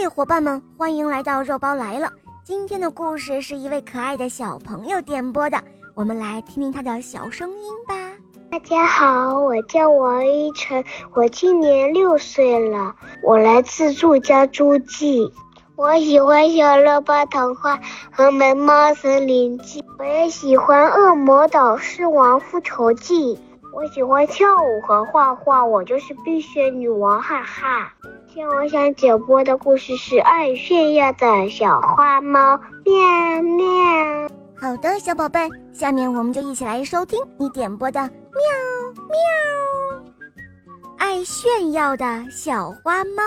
嘿，伙伴们，欢迎来到肉包来了。今天的故事是一位可爱的小朋友点播的，我们来听听他的小声音吧。 大家好，我叫王一晨，我今年6岁了，我来自祝家诸暨。我喜欢小肉包童话和萌猫森林记，我也喜欢恶魔岛狮王复仇记。我喜欢跳舞和画画，我就是碧血女王，哈哈。今天我想点播的故事是爱炫耀的小花猫，喵喵。 好的，小宝贝，下面我们就一起来收听你点播的喵喵。爱炫耀的小花猫。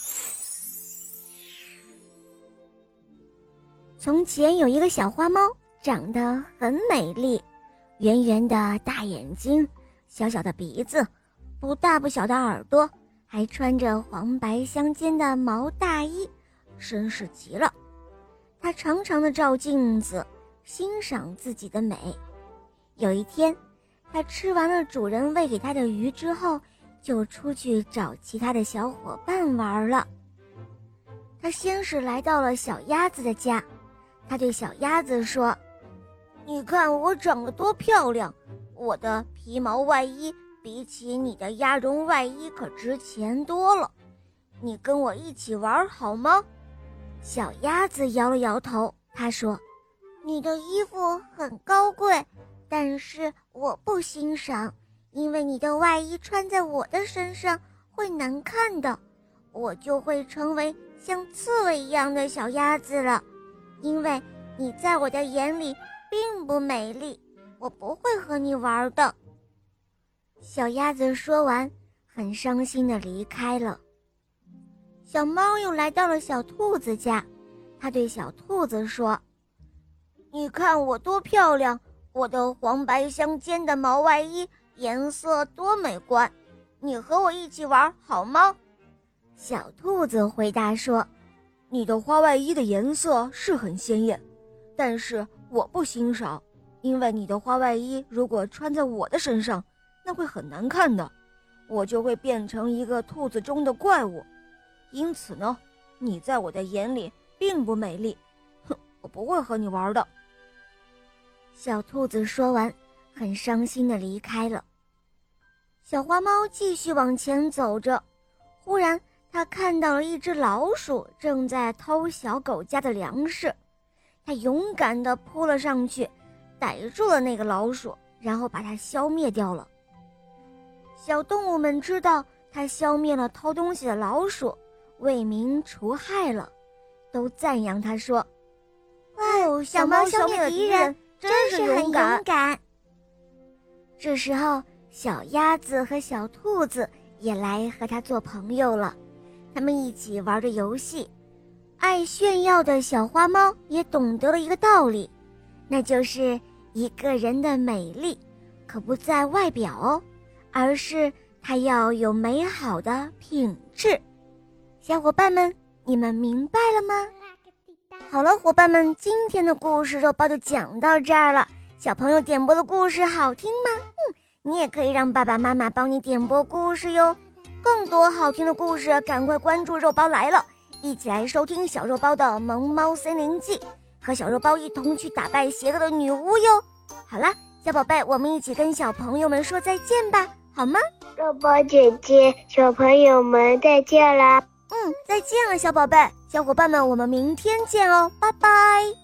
从前有一个小花猫，长得很美丽，圆圆的大眼睛，小小的鼻子，不大不小的耳朵，还穿着黄白相间的毛大衣，绅士极了。它常常地照镜子，欣赏自己的美。有一天，它吃完了主人喂给它的鱼之后，就出去找其他的小伙伴玩了。它先是来到了小鸭子的家，它对小鸭子说：“你看我长得多漂亮，我的皮毛外衣比起你的鸭绒外衣可值钱多了，你跟我一起玩好吗？”小鸭子摇了摇头，它说：“你的衣服很高贵，但是我不欣赏，因为你的外衣穿在我的身上会难看的，我就会成为像刺猬一样的小鸭子了，因为你在我的眼里并不美丽，我不会和你玩的。”小鸭子说完，很伤心地离开了。小猫又来到了小兔子家，它对小兔子说：“你看我多漂亮，我的黄白相间的毛外衣颜色多美观，你和我一起玩好吗？”小兔子回答说：“ 你的花外衣的颜色是很鲜艳，但是我不欣赏，因为你的花外衣如果穿在我的身上，那会很难看的，我就会变成一个兔子中的怪物。因此呢，你在我的眼里并不美丽，哼，我不会和你玩的。” 小兔子说完，很伤心地离开了。小花猫继续往前走着，忽然它看到了一只老鼠正在偷小狗家的粮食，它勇敢地扑了上去，逮住了那个老鼠，然后把它消灭掉了。小动物们知道它消灭了偷东西的老鼠，为民除害了，都赞扬它说：“哦，小猫消灭了敌人，真是很勇敢。”这时候，小鸭子和小兔子也来和它做朋友了，他们一起玩着游戏。爱炫耀的小花猫也懂得了一个道理，那就是一个人的美丽可不在外表哦，而是它要有美好的品质。小伙伴们，你们明白了吗？好了，伙伴们，今天的故事肉包就讲到这儿了。小朋友点播的故事好听吗？你也可以让爸爸妈妈帮你点播故事哟。更多好听的故事，赶快关注肉包来了，一起来收听小肉包的萌猫森林记，和小肉包一同去打败邪恶的女巫哟。好啦，小宝贝，我们一起跟小朋友们说再见吧，好吗？ 肉包姐姐，小朋友们再见啦！ 再见了，小宝贝，小伙伴们，我们明天见哦，拜拜。